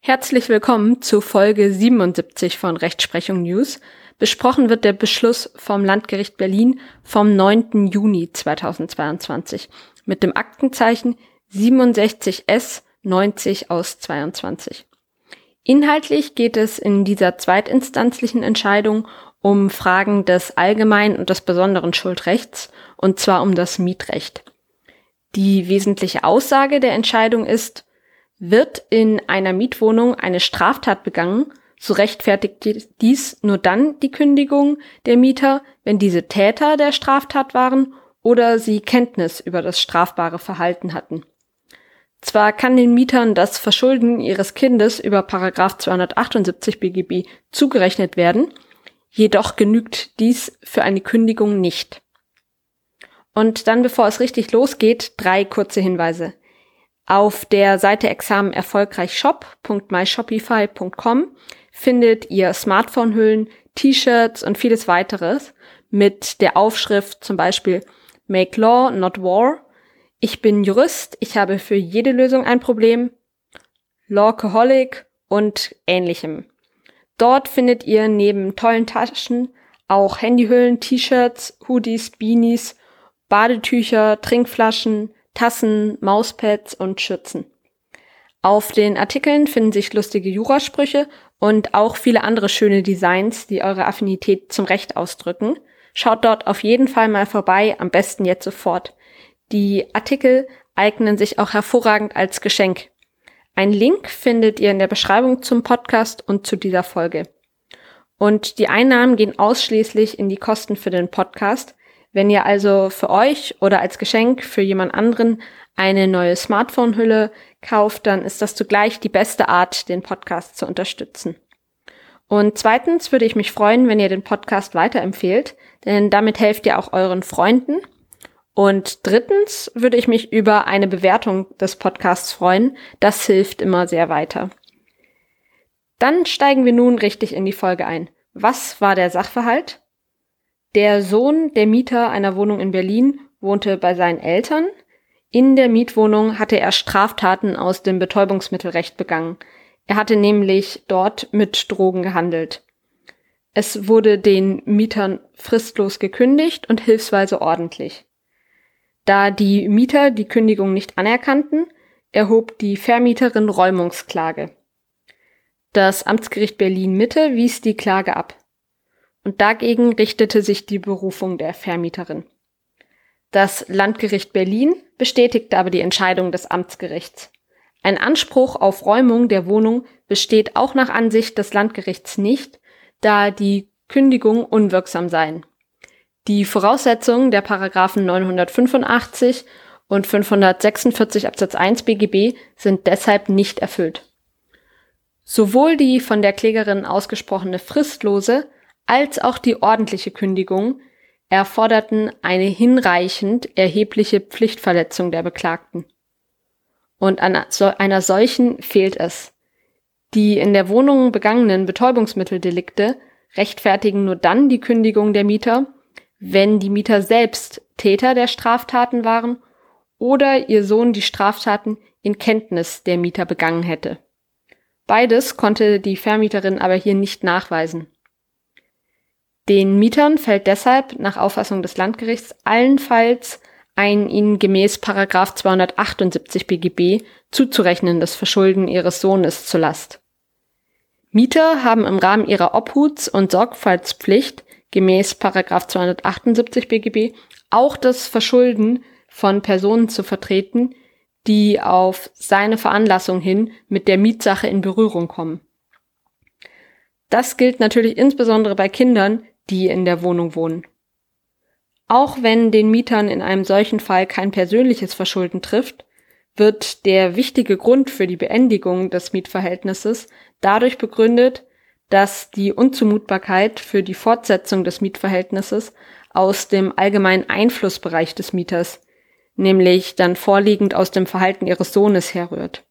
Herzlich willkommen zu Folge 77 von Rechtsprechung News. Besprochen wird der Beschluss vom Landgericht Berlin vom 9. Juni 2022 mit dem Aktenzeichen 67S 90 aus 22. Inhaltlich geht es in dieser zweitinstanzlichen Entscheidung um Fragen des allgemeinen und des besonderen Schuldrechts, und zwar um das Mietrecht. Die wesentliche Aussage der Entscheidung ist: Wird in einer Mietwohnung eine Straftat begangen, so rechtfertigt dies nur dann die Kündigung der Mieter, wenn diese Täter der Straftat waren oder sie Kenntnis über das strafbare Verhalten hatten. Zwar kann den Mietern das Verschulden ihres Kindes über § 278 BGB zugerechnet werden, jedoch genügt dies für eine Kündigung nicht. Und dann, bevor es richtig losgeht, 3 kurze Hinweise. Auf der Seite examenerfolgreichshop.myshopify.com findet ihr Smartphone-Hüllen, T-Shirts und vieles weiteres mit der Aufschrift zum Beispiel Make Law, not War. Ich bin Jurist, ich habe für jede Lösung ein Problem, Lawcoholic und Ähnlichem. Dort findet ihr neben tollen Taschen auch Handyhüllen, T-Shirts, Hoodies, Beanies, Badetücher, Trinkflaschen, Tassen, Mauspads und Schürzen. Auf den Artikeln finden sich lustige Jurasprüche und auch viele andere schöne Designs, die eure Affinität zum Recht ausdrücken. Schaut dort auf jeden Fall mal vorbei, am besten jetzt sofort. Die Artikel eignen sich auch hervorragend als Geschenk. Einen Link findet ihr in der Beschreibung zum Podcast und zu dieser Folge. Und die Einnahmen gehen ausschließlich in die Kosten für den Podcast. Wenn ihr also für euch oder als Geschenk für jemand anderen eine neue Smartphone-Hülle kauft, dann ist das zugleich die beste Art, den Podcast zu unterstützen. Und zweitens würde ich mich freuen, wenn ihr den Podcast weiterempfehlt, denn damit helft ihr auch euren Freunden. Und drittens würde ich mich über eine Bewertung des Podcasts freuen. Das hilft immer sehr weiter. Dann steigen wir nun richtig in die Folge ein. Was war der Sachverhalt? Der Sohn der Mieter einer Wohnung in Berlin wohnte bei seinen Eltern. In der Mietwohnung hatte er Straftaten aus dem Betäubungsmittelrecht begangen. Er hatte nämlich dort mit Drogen gehandelt. Es wurde den Mietern fristlos gekündigt und hilfsweise ordentlich. Da die Mieter die Kündigung nicht anerkannten, erhob die Vermieterin Räumungsklage. Das Amtsgericht Berlin-Mitte wies die Klage ab. Und dagegen richtete sich die Berufung der Vermieterin. Das Landgericht Berlin bestätigte aber die Entscheidung des Amtsgerichts. Ein Anspruch auf Räumung der Wohnung besteht auch nach Ansicht des Landgerichts nicht, da die Kündigung unwirksam seien. Die Voraussetzungen der Paragraphen 985 und 546 Absatz 1 BGB sind deshalb nicht erfüllt. Sowohl die von der Klägerin ausgesprochene fristlose als auch die ordentliche Kündigung erforderten eine hinreichend erhebliche Pflichtverletzung der Beklagten. Und an einer solchen fehlt es. Die in der Wohnung begangenen Betäubungsmitteldelikte rechtfertigen nur dann die Kündigung der Mieter, wenn die Mieter selbst Täter der Straftaten waren oder ihr Sohn die Straftaten in Kenntnis der Mieter begangen hätte. Beides konnte die Vermieterin aber hier nicht nachweisen. Den Mietern fällt deshalb nach Auffassung des Landgerichts allenfalls ein ihnen gemäß § 278 BGB zuzurechnendes Verschulden ihres Sohnes zur Last. Mieter haben im Rahmen ihrer Obhuts- und Sorgfaltspflicht gemäß § 278 BGB auch das Verschulden von Personen zu vertreten, die auf seine Veranlassung hin mit der Mietsache in Berührung kommen. Das gilt natürlich insbesondere bei Kindern, die in der Wohnung wohnen. Auch wenn den Mietern in einem solchen Fall kein persönliches Verschulden trifft, wird der wichtige Grund für die Beendigung des Mietverhältnisses dadurch begründet, dass die Unzumutbarkeit für die Fortsetzung des Mietverhältnisses aus dem allgemeinen Einflussbereich des Mieters, nämlich dann vorliegend aus dem Verhalten ihres Sohnes, herrührt.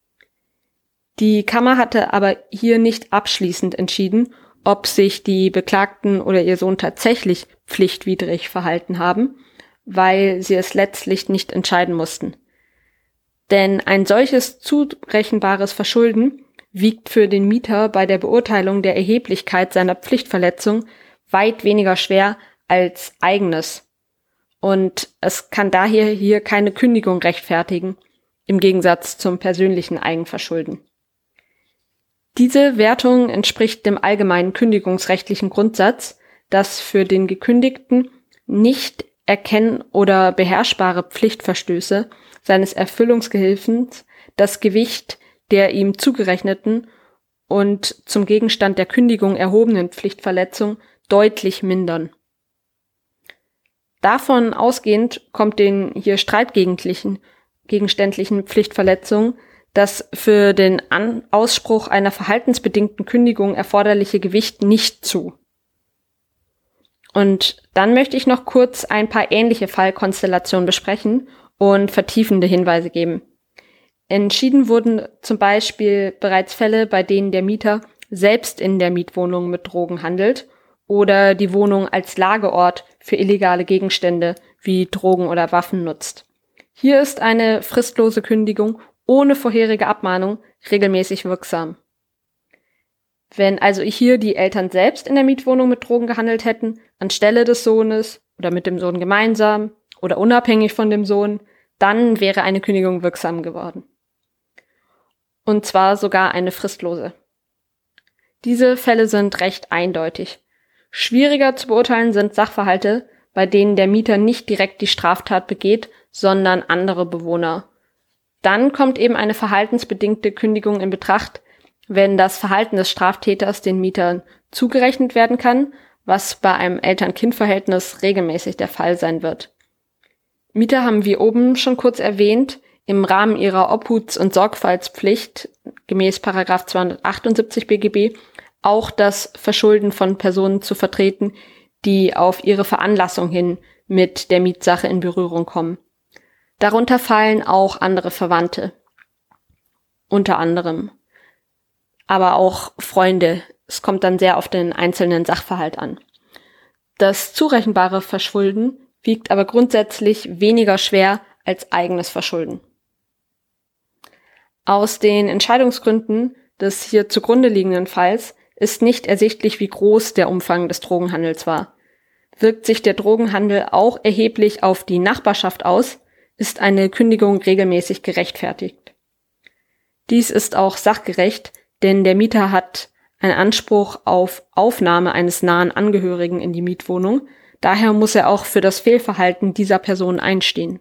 Die Kammer hatte aber hier nicht abschließend entschieden, ob sich die Beklagten oder ihr Sohn tatsächlich pflichtwidrig verhalten haben, weil sie es letztlich nicht entscheiden mussten. Denn ein solches zurechenbares Verschulden wiegt für den Mieter bei der Beurteilung der Erheblichkeit seiner Pflichtverletzung weit weniger schwer als eigenes. Und es kann daher hier keine Kündigung rechtfertigen, im Gegensatz zum persönlichen Eigenverschulden. Diese Wertung entspricht dem allgemeinen kündigungsrechtlichen Grundsatz, dass für den Gekündigten nicht oder beherrschbare Pflichtverstöße seines Erfüllungsgehilfens das Gewicht der ihm zugerechneten und zum Gegenstand der Kündigung erhobenen Pflichtverletzung deutlich mindern. Davon ausgehend kommt den hier streitgegenständlichen Pflichtverletzungen das für den Ausspruch einer verhaltensbedingten Kündigung erforderliche Gewicht nicht zu. Und dann möchte ich noch kurz ein paar ähnliche Fallkonstellationen besprechen und vertiefende Hinweise geben. Entschieden wurden zum Beispiel bereits Fälle, bei denen der Mieter selbst in der Mietwohnung mit Drogen handelt oder die Wohnung als Lagerort für illegale Gegenstände wie Drogen oder Waffen nutzt. Hier ist eine fristlose Kündigung ohne vorherige Abmahnung regelmäßig wirksam. Wenn also hier die Eltern selbst in der Mietwohnung mit Drogen gehandelt hätten, anstelle des Sohnes oder mit dem Sohn gemeinsam oder unabhängig von dem Sohn, dann wäre eine Kündigung wirksam geworden. Und zwar sogar eine fristlose. Diese Fälle sind recht eindeutig. Schwieriger zu beurteilen sind Sachverhalte, bei denen der Mieter nicht direkt die Straftat begeht, sondern andere Bewohner. Dann kommt eben eine verhaltensbedingte Kündigung in Betracht, wenn das Verhalten des Straftäters den Mietern zugerechnet werden kann, was bei einem Eltern-Kind-Verhältnis regelmäßig der Fall sein wird. Mieter haben, wie oben schon kurz erwähnt, im Rahmen ihrer Obhuts- und Sorgfaltspflicht gemäß § 278 BGB auch das Verschulden von Personen zu vertreten, die auf ihre Veranlassung hin mit der Mietsache in Berührung kommen. Darunter fallen auch andere Verwandte, unter anderem, aber auch Freunde. Es kommt dann sehr auf den einzelnen Sachverhalt an. Das zurechenbare Verschulden wiegt aber grundsätzlich weniger schwer als eigenes Verschulden. Aus den Entscheidungsgründen des hier zugrunde liegenden Falls ist nicht ersichtlich, wie groß der Umfang des Drogenhandels war. Wirkt sich der Drogenhandel auch erheblich auf die Nachbarschaft aus, ist eine Kündigung regelmäßig gerechtfertigt. Dies ist auch sachgerecht, denn der Mieter hat einen Anspruch auf Aufnahme eines nahen Angehörigen in die Mietwohnung, daher muss er auch für das Fehlverhalten dieser Person einstehen.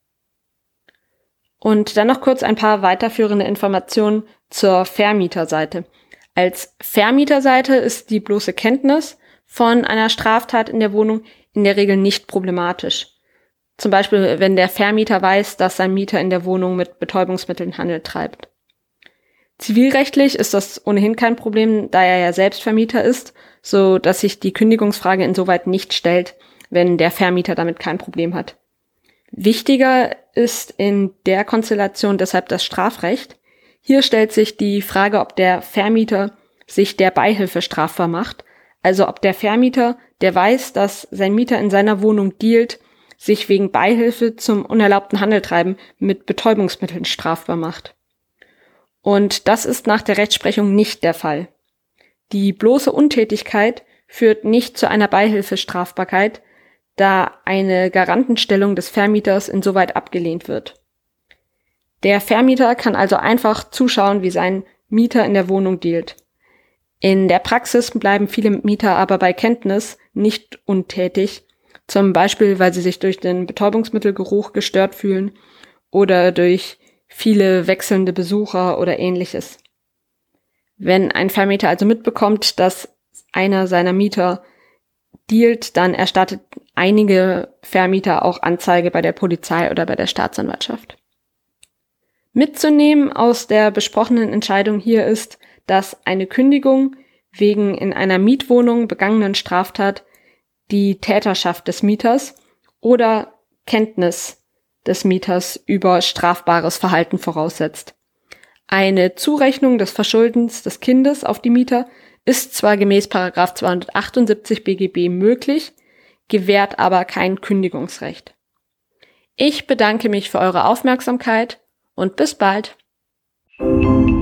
Und dann noch kurz ein paar weiterführende Informationen zur Vermieterseite. Als Vermieterseite ist die bloße Kenntnis von einer Straftat in der Wohnung in der Regel nicht problematisch. Zum Beispiel, wenn der Vermieter weiß, dass sein Mieter in der Wohnung mit Betäubungsmitteln Handel treibt. Zivilrechtlich ist das ohnehin kein Problem, da er ja selbst Vermieter ist, so dass sich die Kündigungsfrage insoweit nicht stellt, wenn der Vermieter damit kein Problem hat. Wichtiger ist in der Konstellation deshalb das Strafrecht. Hier stellt sich die Frage, ob der Vermieter sich der Beihilfe strafbar macht, also ob der Vermieter, der weiß, dass sein Mieter in seiner Wohnung dealt, sich wegen Beihilfe zum unerlaubten Handeltreiben mit Betäubungsmitteln strafbar macht. Und das ist nach der Rechtsprechung nicht der Fall. Die bloße Untätigkeit führt nicht zu einer Beihilfestrafbarkeit, da eine Garantenstellung des Vermieters insoweit abgelehnt wird. Der Vermieter kann also einfach zuschauen, wie sein Mieter in der Wohnung dealt. In der Praxis bleiben viele Mieter aber bei Kenntnis nicht untätig, zum Beispiel, weil sie sich durch den Betäubungsmittelgeruch gestört fühlen oder durch viele wechselnde Besucher oder ähnliches. Wenn ein Vermieter also mitbekommt, dass einer seiner Mieter dealt, dann erstattet einige Vermieter auch Anzeige bei der Polizei oder bei der Staatsanwaltschaft. Mitzunehmen aus der besprochenen Entscheidung hier ist, dass eine Kündigung wegen in einer Mietwohnung begangenen Straftat die Täterschaft des Mieters oder Kenntnis des Mieters über strafbares Verhalten voraussetzt. Eine Zurechnung des Verschuldens des Kindes auf die Mieter ist zwar gemäß § 278 BGB möglich, gewährt aber kein Kündigungsrecht. Ich bedanke mich für eure Aufmerksamkeit und bis bald.